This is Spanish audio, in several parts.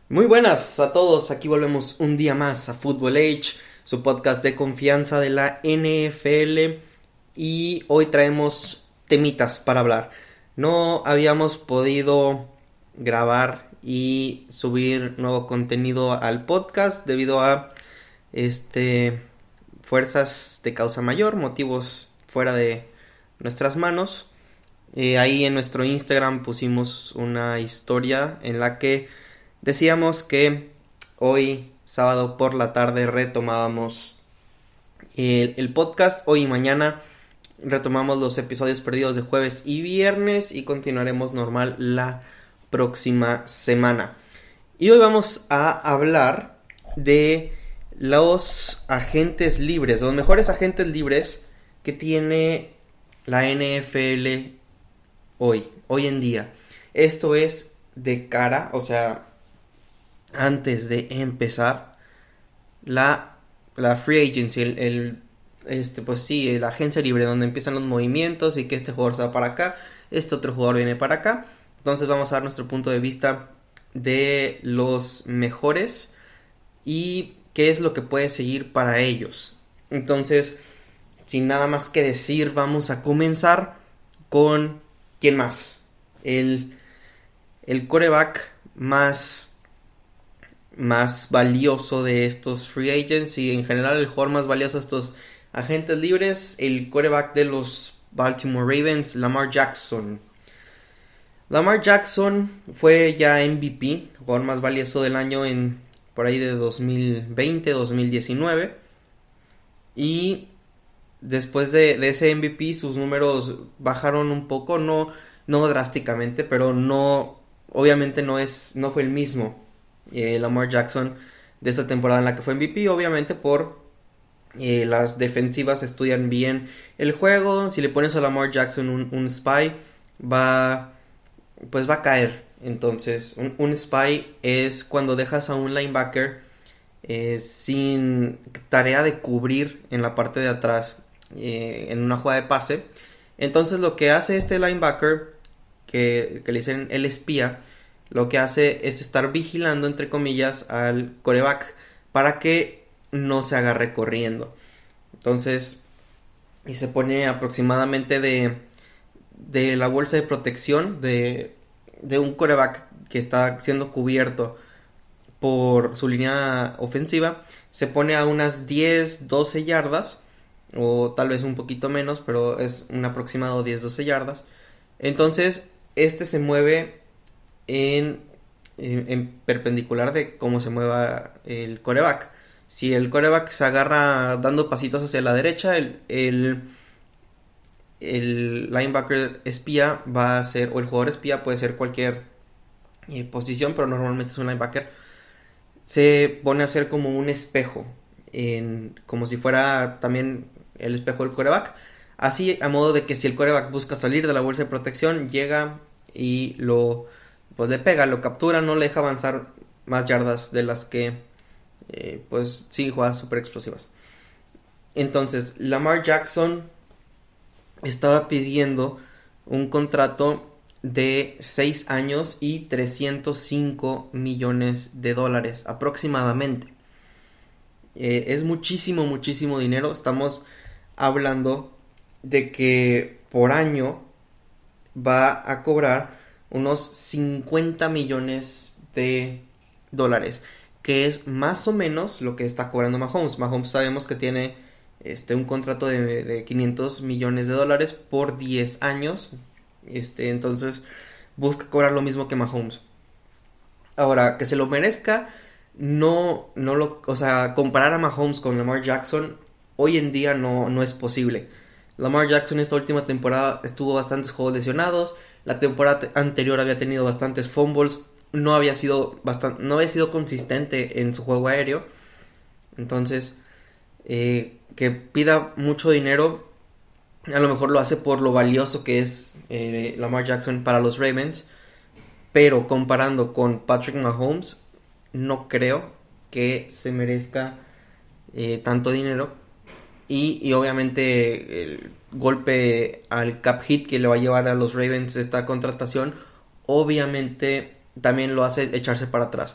Muy buenas a todos, aquí volvemos un día más a Football Age, su podcast de confianza de la NFL, y hoy traemos temitas para hablar. No habíamos podido grabar y subir nuevo contenido al podcast debido a fuerzas de causa mayor, motivos fuera de nuestras manos. Ahí en nuestro Instagram pusimos una historia en la que decíamos que hoy, sábado por la tarde, retomábamos el podcast. Hoy y mañana retomamos los episodios perdidos de jueves y viernes y continuaremos normal la próxima semana. Y hoy vamos a hablar de los agentes libres, los mejores agentes libres que tiene la NFL hoy en día. Esto es de cara, o sea, antes de empezar la free agency, la agencia libre, donde empiezan los movimientos y que este jugador se va para acá, este otro jugador viene para acá. Entonces vamos a dar nuestro punto de vista de los mejores y qué es lo que puede seguir para ellos. Entonces, sin nada más que decir, vamos a comenzar con ¿quién más? El quarterback más valioso de estos free agents y en general el jugador más valioso de estos agentes libres, el quarterback de los Baltimore Ravens, Lamar Jackson. Lamar Jackson fue ya MVP, jugador más valioso del año por ahí de 2020-2019, y después de ese MVP sus números bajaron un poco, no drásticamente, pero obviamente no fue el mismo Lamar Jackson de esa temporada en la que fue MVP, obviamente por las defensivas estudian bien el juego. Si le pones a Lamar Jackson un spy, va a caer. Entonces un spy es cuando dejas a un linebacker sin tarea de cubrir en la parte de atrás en una jugada de pase. Entonces lo que hace este linebacker, que le dicen el espía, lo que hace es estar vigilando, entre comillas, al quarterback para que no se agarre corriendo. Entonces, y se pone aproximadamente de la bolsa de protección de un quarterback que está siendo cubierto por su línea ofensiva, se pone a unas 10-12 yardas, o tal vez un poquito menos, pero es un aproximado 10-12 yardas. Entonces, se mueve en perpendicular de cómo se mueva el quarterback. Si el quarterback se agarra dando pasitos hacia la derecha, el linebacker espía va a ser, o el jugador espía puede ser cualquier posición, pero normalmente es un linebacker, se pone a hacer como un espejo, como si fuera también el espejo del quarterback, así a modo de que si el quarterback busca salir de la bolsa de protección, llega y le pega, lo captura, no le deja avanzar más yardas de las que sí, jugadas super explosivas. Entonces Lamar Jackson estaba pidiendo un contrato de 6 años y $305 millones aproximadamente. Es muchísimo dinero. Estamos hablando de que por año va a cobrar unos $50 millones, que es más o menos lo que está cobrando Mahomes. Mahomes sabemos que tiene un contrato de $500 millones por 10 años. Entonces busca cobrar lo mismo que Mahomes. Ahora, que se lo merezca, o sea, comparar a Mahomes con Lamar Jackson hoy en día no es posible. Lamar Jackson esta última temporada estuvo bastantes juegos lesionados. La temporada anterior había tenido bastantes fumbles. No había sido consistente en su juego aéreo. Entonces, que pida mucho dinero, a lo mejor lo hace por lo valioso que es Lamar Jackson para los Ravens. Pero comparando con Patrick Mahomes, no creo que se merezca tanto dinero. Y obviamente el golpe al cap hit que le va a llevar a los Ravens esta contratación, obviamente también lo hace echarse para atrás.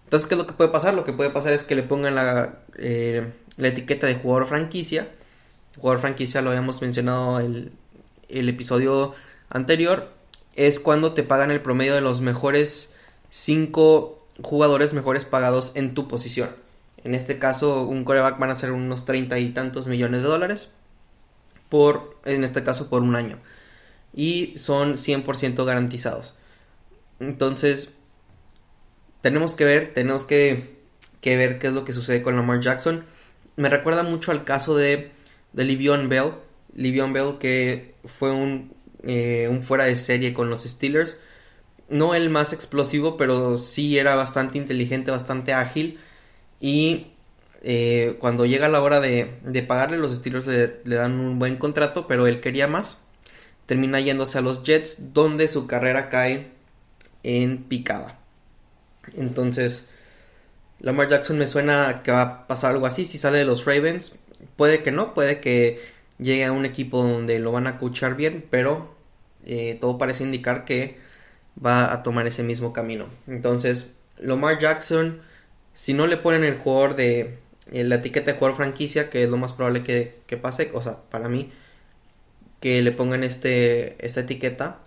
Entonces, ¿qué es lo que puede pasar? Lo que puede pasar es que le pongan la etiqueta de jugador franquicia. Jugador franquicia lo habíamos mencionado el episodio anterior. Es cuando te pagan el promedio de los mejores 5 jugadores mejores pagados en tu posición. En este caso, un quarterback van a ser unos 30 y tantos millones de dólares. En este caso, por un año. Y son 100% garantizados. Entonces, tenemos que ver qué es lo que sucede con Lamar Jackson. Me recuerda mucho al caso de Le'Veon Bell. Le'Veon Bell, que fue un fuera de serie con los Steelers. No el más explosivo, pero sí era bastante inteligente, bastante ágil. Y cuando llega la hora de pagarle, los Steelers le dan un buen contrato, pero él quería más. Termina yéndose a los Jets, donde su carrera cae en picada. Entonces, Lamar Jackson me suena que va a pasar algo así si sale de los Ravens. Puede que no, puede que llegue a un equipo donde lo van a coachar bien, pero todo parece indicar que va a tomar ese mismo camino. Entonces, Lamar Jackson, si no le ponen el jugador la etiqueta de jugador franquicia, que es lo más probable que pase, o sea, para mí, que le pongan esta etiqueta,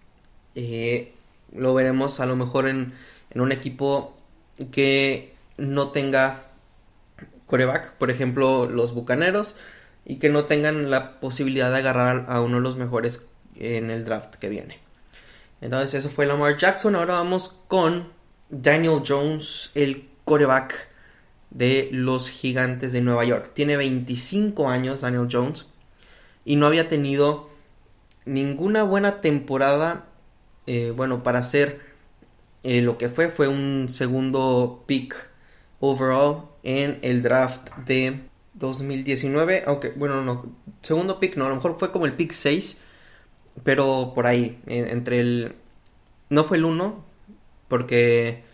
lo veremos a lo mejor en un equipo que no tenga quarterback, por ejemplo los Bucaneros, y que no tengan la posibilidad de agarrar a uno de los mejores en el draft que viene. Entonces eso fue Lamar Jackson. Ahora vamos con Daniel Jones, el quarterback de los Gigantes de Nueva York. Tiene 25 años Daniel Jones y no había tenido ninguna buena temporada. Para hacer lo que fue un segundo pick overall en el draft de 2019. Aunque, segundo pick no, a lo mejor fue como el pick 6, pero por ahí, no fue el 1, porque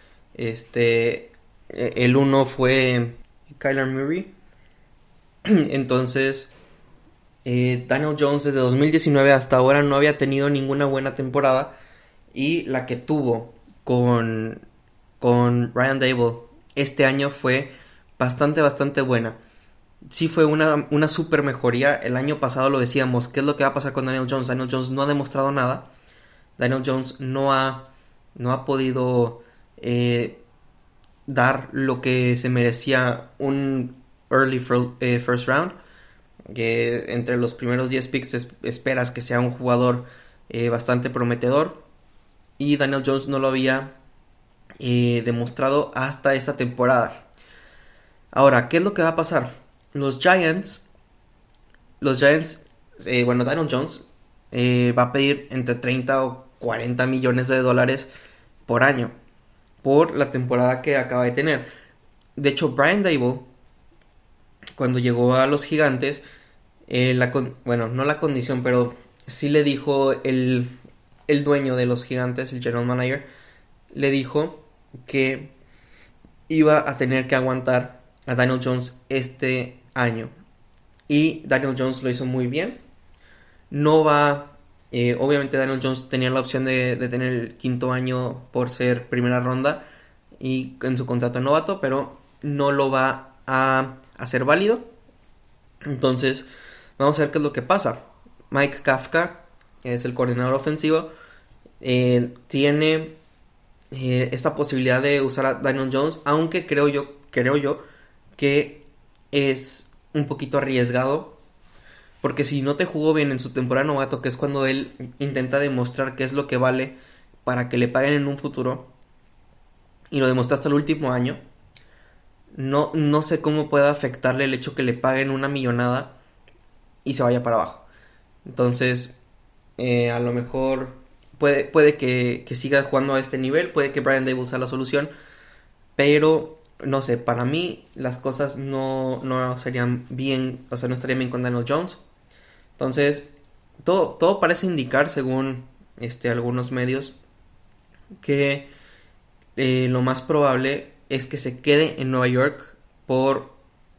el 1 fue Kyler Murray. Entonces, Daniel Jones desde 2019 hasta ahora no había tenido ninguna buena temporada, y la que tuvo con Ryan Dable este año fue bastante buena. Sí fue una super mejoría. El año pasado lo decíamos, ¿qué es lo que va a pasar con Daniel Jones? Daniel Jones no ha demostrado nada. Daniel Jones no ha podido dar lo que se merecía un early first round. Que entre los primeros 10 picks esperas que sea un jugador bastante prometedor. Y Daniel Jones no lo había demostrado hasta esta temporada. Ahora, ¿qué es lo que va a pasar? Los Giants, Daniel Jones va a pedir entre 30 o 40 millones de dólares por año por la temporada que acaba de tener. De hecho, Brian Daboll, cuando llegó a los Gigantes, no la condición, pero sí le dijo el dueño de los Gigantes, el general manager, le dijo que iba a tener que aguantar a Daniel Jones este año. Y Daniel Jones lo hizo muy bien. Obviamente Daniel Jones tenía la opción de tener el quinto año por ser primera ronda y en su contrato de novato, pero no lo va a hacer válido. Entonces, vamos a ver qué es lo que pasa. Mike Kafka, que es el coordinador ofensivo, tiene esta posibilidad de usar a Daniel Jones, aunque creo yo que es un poquito arriesgado, porque si no te jugó bien en su temporada novato, que es cuando él intenta demostrar qué es lo que vale para que le paguen en un futuro, y lo demostró hasta el último año, no sé cómo pueda afectarle el hecho que le paguen una millonada y se vaya para abajo. Entonces, a lo mejor puede que siga jugando a este nivel, puede que Brian Daboll sea la solución, pero no sé, para mí las cosas no serían bien, o sea, no estarían bien con Daniel Jones. Entonces, todo parece indicar, según algunos medios, que lo más probable es que se quede en Nueva York por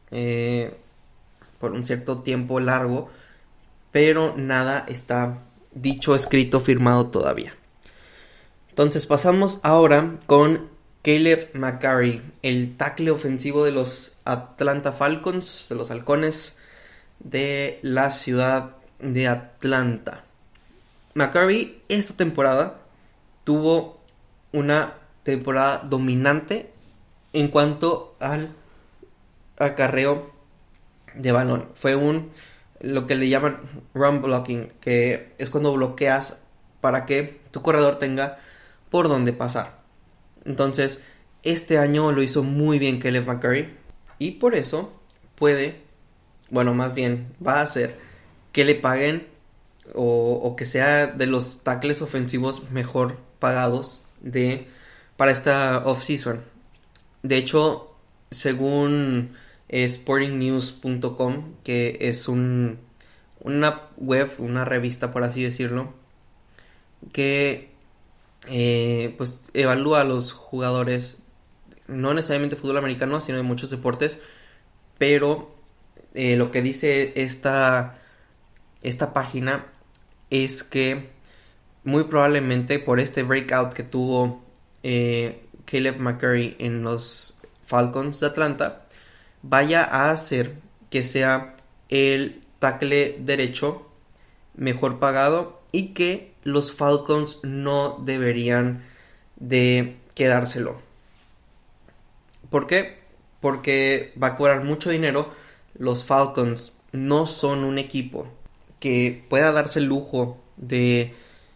un cierto tiempo largo, pero nada está dicho, escrito, firmado todavía. Entonces pasamos ahora con Caleb McCarry, el tackle ofensivo de los Atlanta Falcons, de los Halcones de la ciudad de Atlanta. McCarry esta temporada tuvo una temporada dominante en cuanto al acarreo de balón. Fue lo que le llaman run blocking, que es cuando bloqueas para que tu corredor tenga por dónde pasar. Entonces, este año lo hizo muy bien Caleb McCarry y por eso más bien va a hacer que le paguen o que sea de los tackles ofensivos mejor pagados para esta offseason. De hecho, según sportingnews.com, que es una web, una revista por así decirlo, que pues evalúa a los jugadores, no necesariamente fútbol americano, sino de muchos deportes, pero lo que dice esta página es que muy probablemente por este breakout que tuvo Caleb McCarry en los Falcons de Atlanta, vaya a hacer que sea el tackle derecho mejor pagado y que los Falcons no deberían de quedárselo. ¿Por qué? Porque va a cobrar mucho dinero. Los Falcons no son un equipo que pueda darse el lujo de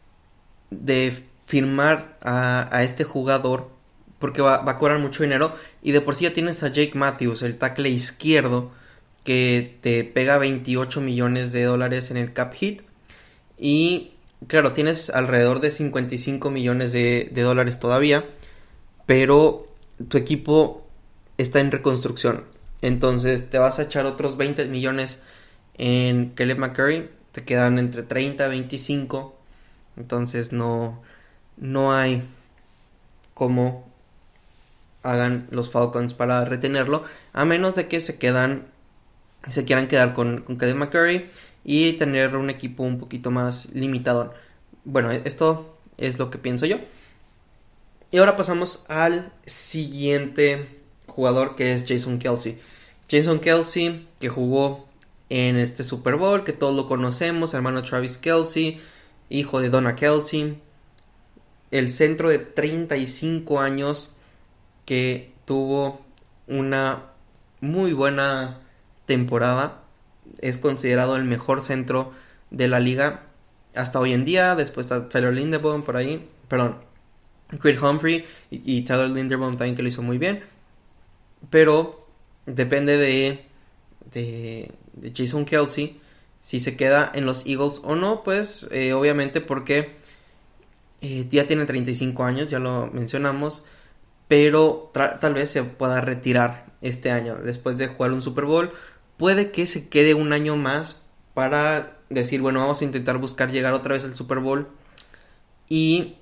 firmar a este jugador, porque va a cobrar mucho dinero, y de por sí ya tienes a Jake Matthews, el tackle izquierdo, que te pega 28 millones de dólares en el cap hit, y claro, tienes alrededor de 55 millones de dólares todavía, pero tu equipo está en reconstrucción, entonces te vas a echar otros 20 millones en Caleb McCarry, te quedan entre 30 y 25, entonces no hay cómo hagan los Falcons para retenerlo, a menos de que se quieran quedar con Caleb McCarry y tener un equipo un poquito más limitado. Bueno, esto es lo que pienso yo. Y ahora pasamos al siguiente jugador, que es Jason Kelce. Jason Kelce, que jugó en este Super Bowl, que todos lo conocemos, hermano Travis Kelce, hijo de Donna Kelce, el centro de 35 años que tuvo una muy buena temporada, es considerado el mejor centro de la liga hasta hoy en día. Después está Tyler Linderbaum por ahí, Creed Humphrey y Tyler Linderbaum también, que lo hizo muy bien, pero depende de Jason Kelce si se queda en los Eagles o no, pues obviamente porque ya tiene 35 años, ya lo mencionamos, pero tal vez se pueda retirar este año después de jugar un Super Bowl. Puede que se quede un año más para decir, bueno, vamos a intentar buscar llegar otra vez al Super Bowl y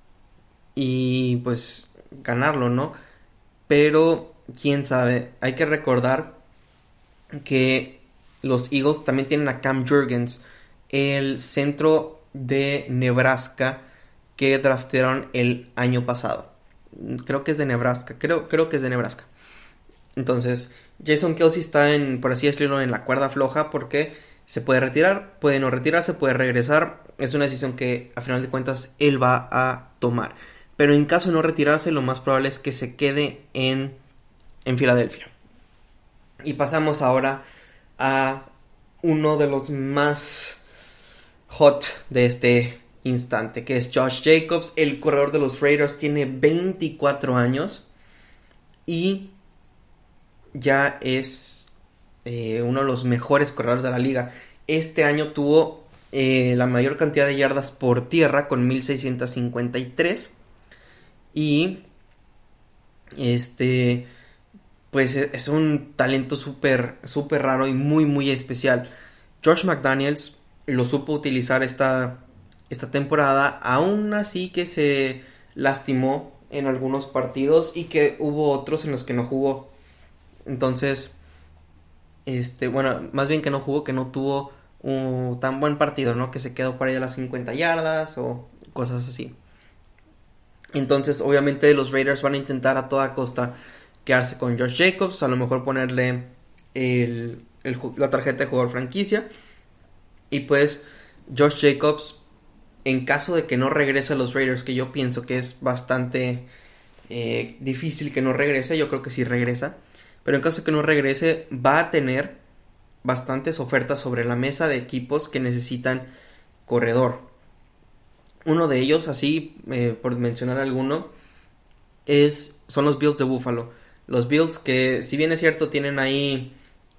pues ganarlo, ¿no? Pero quién sabe. Hay que recordar que los Eagles también tienen a Cam Jurgens, el centro de Nebraska que draftearon el año pasado. Creo que es de Nebraska. Creo que es de Nebraska. Entonces, Jason Kelce está por así decirlo, en la cuerda floja, porque se puede retirar, puede no retirarse, puede regresar. Es una decisión que a final de cuentas él va a tomar. Pero en caso de no retirarse, lo más probable es que se quede en Filadelfia. Y pasamos ahora a uno de los más hot de este instante, que es Josh Jacobs, el corredor de los Raiders. Tiene 24 años y ya es uno de los mejores corredores de la liga. Este año tuvo la mayor cantidad de yardas por tierra con 1653 y pues es un talento súper raro y muy especial. Josh McDaniels lo supo utilizar esta temporada, aún así que se lastimó en algunos partidos y que hubo otros en los que no jugó. Entonces, más bien que no jugó, que no tuvo un tan buen partido, ¿no? Que se quedó por ahí a las 50 yardas o cosas así. Entonces obviamente los Raiders van a intentar a toda costa quedarse con Josh Jacobs, a lo mejor ponerle la tarjeta de jugador franquicia. Y pues Josh Jacobs, en caso de que no regrese a los Raiders, que yo pienso que es bastante difícil que no regrese, yo creo que sí regresa, pero en caso de que no regrese va a tener bastantes ofertas sobre la mesa de equipos que necesitan corredor. Uno de ellos, así por mencionar alguno, son los Bills de Buffalo. Los Bills que, si bien es cierto, tienen ahí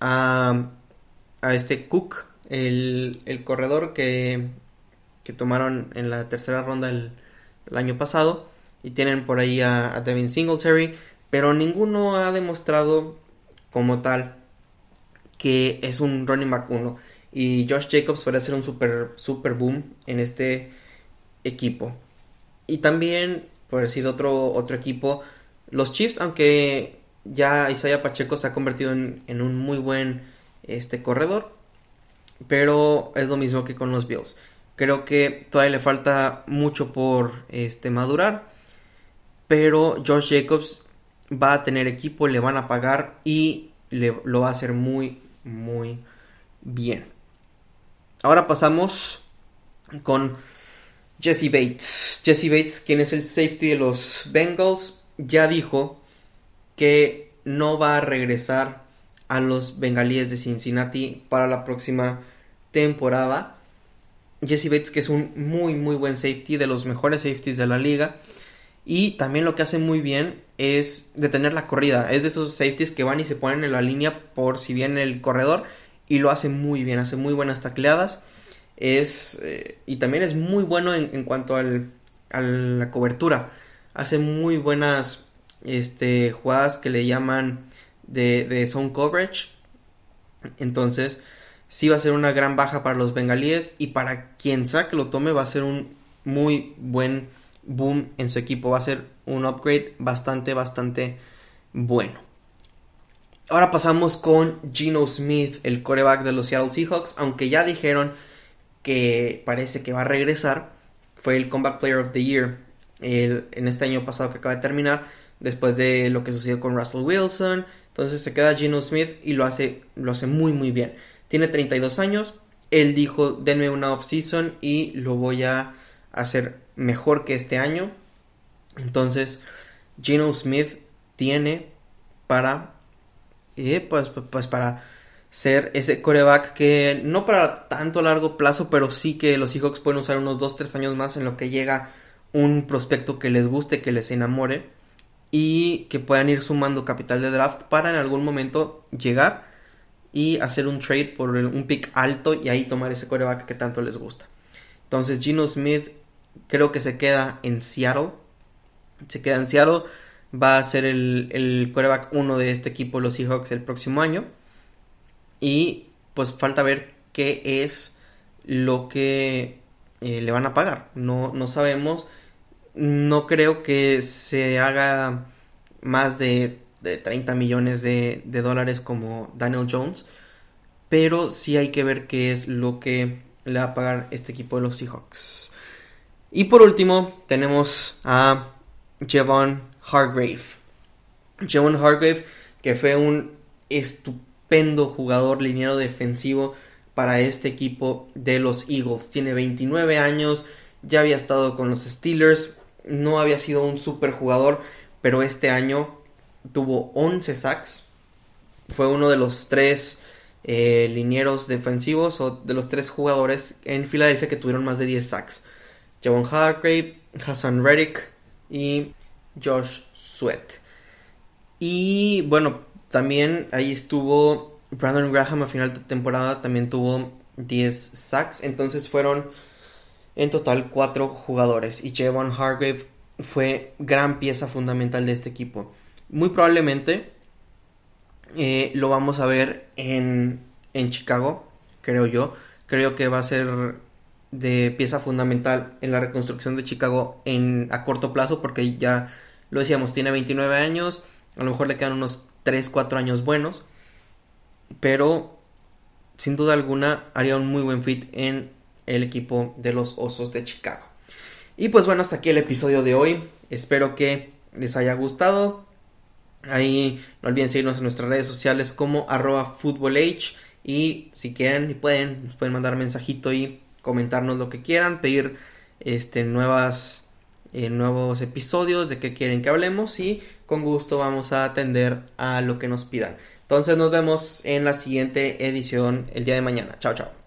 a este Cook, el corredor que tomaron en la tercera ronda el año pasado, y tienen por ahí a Devin Singletary, pero ninguno ha demostrado como tal que es un running back 1, y Josh Jacobs puede ser un super boom en este equipo. Y también, por decir otro equipo, los Chiefs, aunque ya Isaiah Pacheco se ha convertido en un muy buen corredor, pero es lo mismo que con los Bills. Creo que todavía le falta mucho por madurar, pero Josh Jacobs va a tener equipo, le van a pagar y lo va a hacer muy, muy bien. Ahora pasamos con Jessie Bates. Jessie Bates, quien es el safety de los Bengals, ya dijo que no va a regresar a los Bengalíes de Cincinnati para la próxima temporada. Jessie Bates, que es un muy muy buen safety, de los mejores safeties de la liga, y también lo que hace muy bien es detener la corrida. Es de esos safeties que van y se ponen en la línea por si viene el corredor, y lo hace muy bien, hace muy buenas tacleadas. Y también es muy bueno en cuanto a la cobertura. Hace muy buenas jugadas que le llaman de zone coverage. Entonces sí va a ser una gran baja para los bengalíes, y para quien sea que lo tome va a ser un muy buen boom en su equipo. Va a ser un upgrade bastante bueno. Ahora pasamos con Geno Smith, el quarterback de los Seattle Seahawks. Aunque ya dijeron que parece que va a regresar, fue el Comeback Player of the Year en este año pasado que acaba de terminar, después de lo que sucedió con Russell Wilson. Entonces se queda Geno Smith y lo hace muy muy bien. Tiene 32 años. Él dijo: denme una off-season y lo voy a hacer mejor que este año. Entonces Geno Smith tiene para para ser ese quarterback que no para tanto largo plazo, pero sí que los Seahawks pueden usar unos 2-3 años más en lo que llega un prospecto que les guste, que les enamore, y que puedan ir sumando capital de draft para en algún momento llegar y hacer un trade por un pick alto y ahí tomar ese quarterback que tanto les gusta. Entonces Geno Smith creo que se queda en Seattle. Va a ser el quarterback 1 de este equipo, los Seahawks, el próximo año. Y pues falta ver qué es lo que le van a pagar. No sabemos. No creo que se haga más de 30 millones de dólares como Daniel Jones, pero sí hay que ver qué es lo que le va a pagar este equipo de los Seahawks. Y por último tenemos a Javon Hargrave. Javon Hargrave, que fue un estupendo jugador liniero defensivo para este equipo de los Eagles. Tiene 29 años, ya había estado con los Steelers, no había sido un super jugador, pero este año tuvo 11 sacks. Fue uno de los 3 linieros defensivos, o de los 3 jugadores en Filadelfia que tuvieron más de 10 sacks. Javon Hargrave, Hassan Reddick y Josh Sweat. Y bueno, también ahí estuvo Brandon Graham a final de temporada, también tuvo 10 sacks. Entonces fueron en total 4 jugadores, y Javon Hargrave fue gran pieza fundamental de este equipo. Muy probablemente lo vamos a ver en Chicago, creo yo. Creo que va a ser de pieza fundamental en la reconstrucción de Chicago a corto plazo, porque ya lo decíamos, tiene 29 años, a lo mejor le quedan unos 3-4 años buenos, pero sin duda alguna haría un muy buen fit en el equipo de los Osos de Chicago. Y pues bueno, hasta aquí el episodio de hoy. Espero que les haya gustado. Ahí no olviden seguirnos en nuestras redes sociales como @futbolage. Y si quieren y pueden, nos pueden mandar mensajito y comentarnos lo que quieran, pedir nuevos episodios de qué quieren que hablemos, y con gusto vamos a atender a lo que nos pidan. Entonces nos vemos en la siguiente edición el día de mañana. Chao, chao.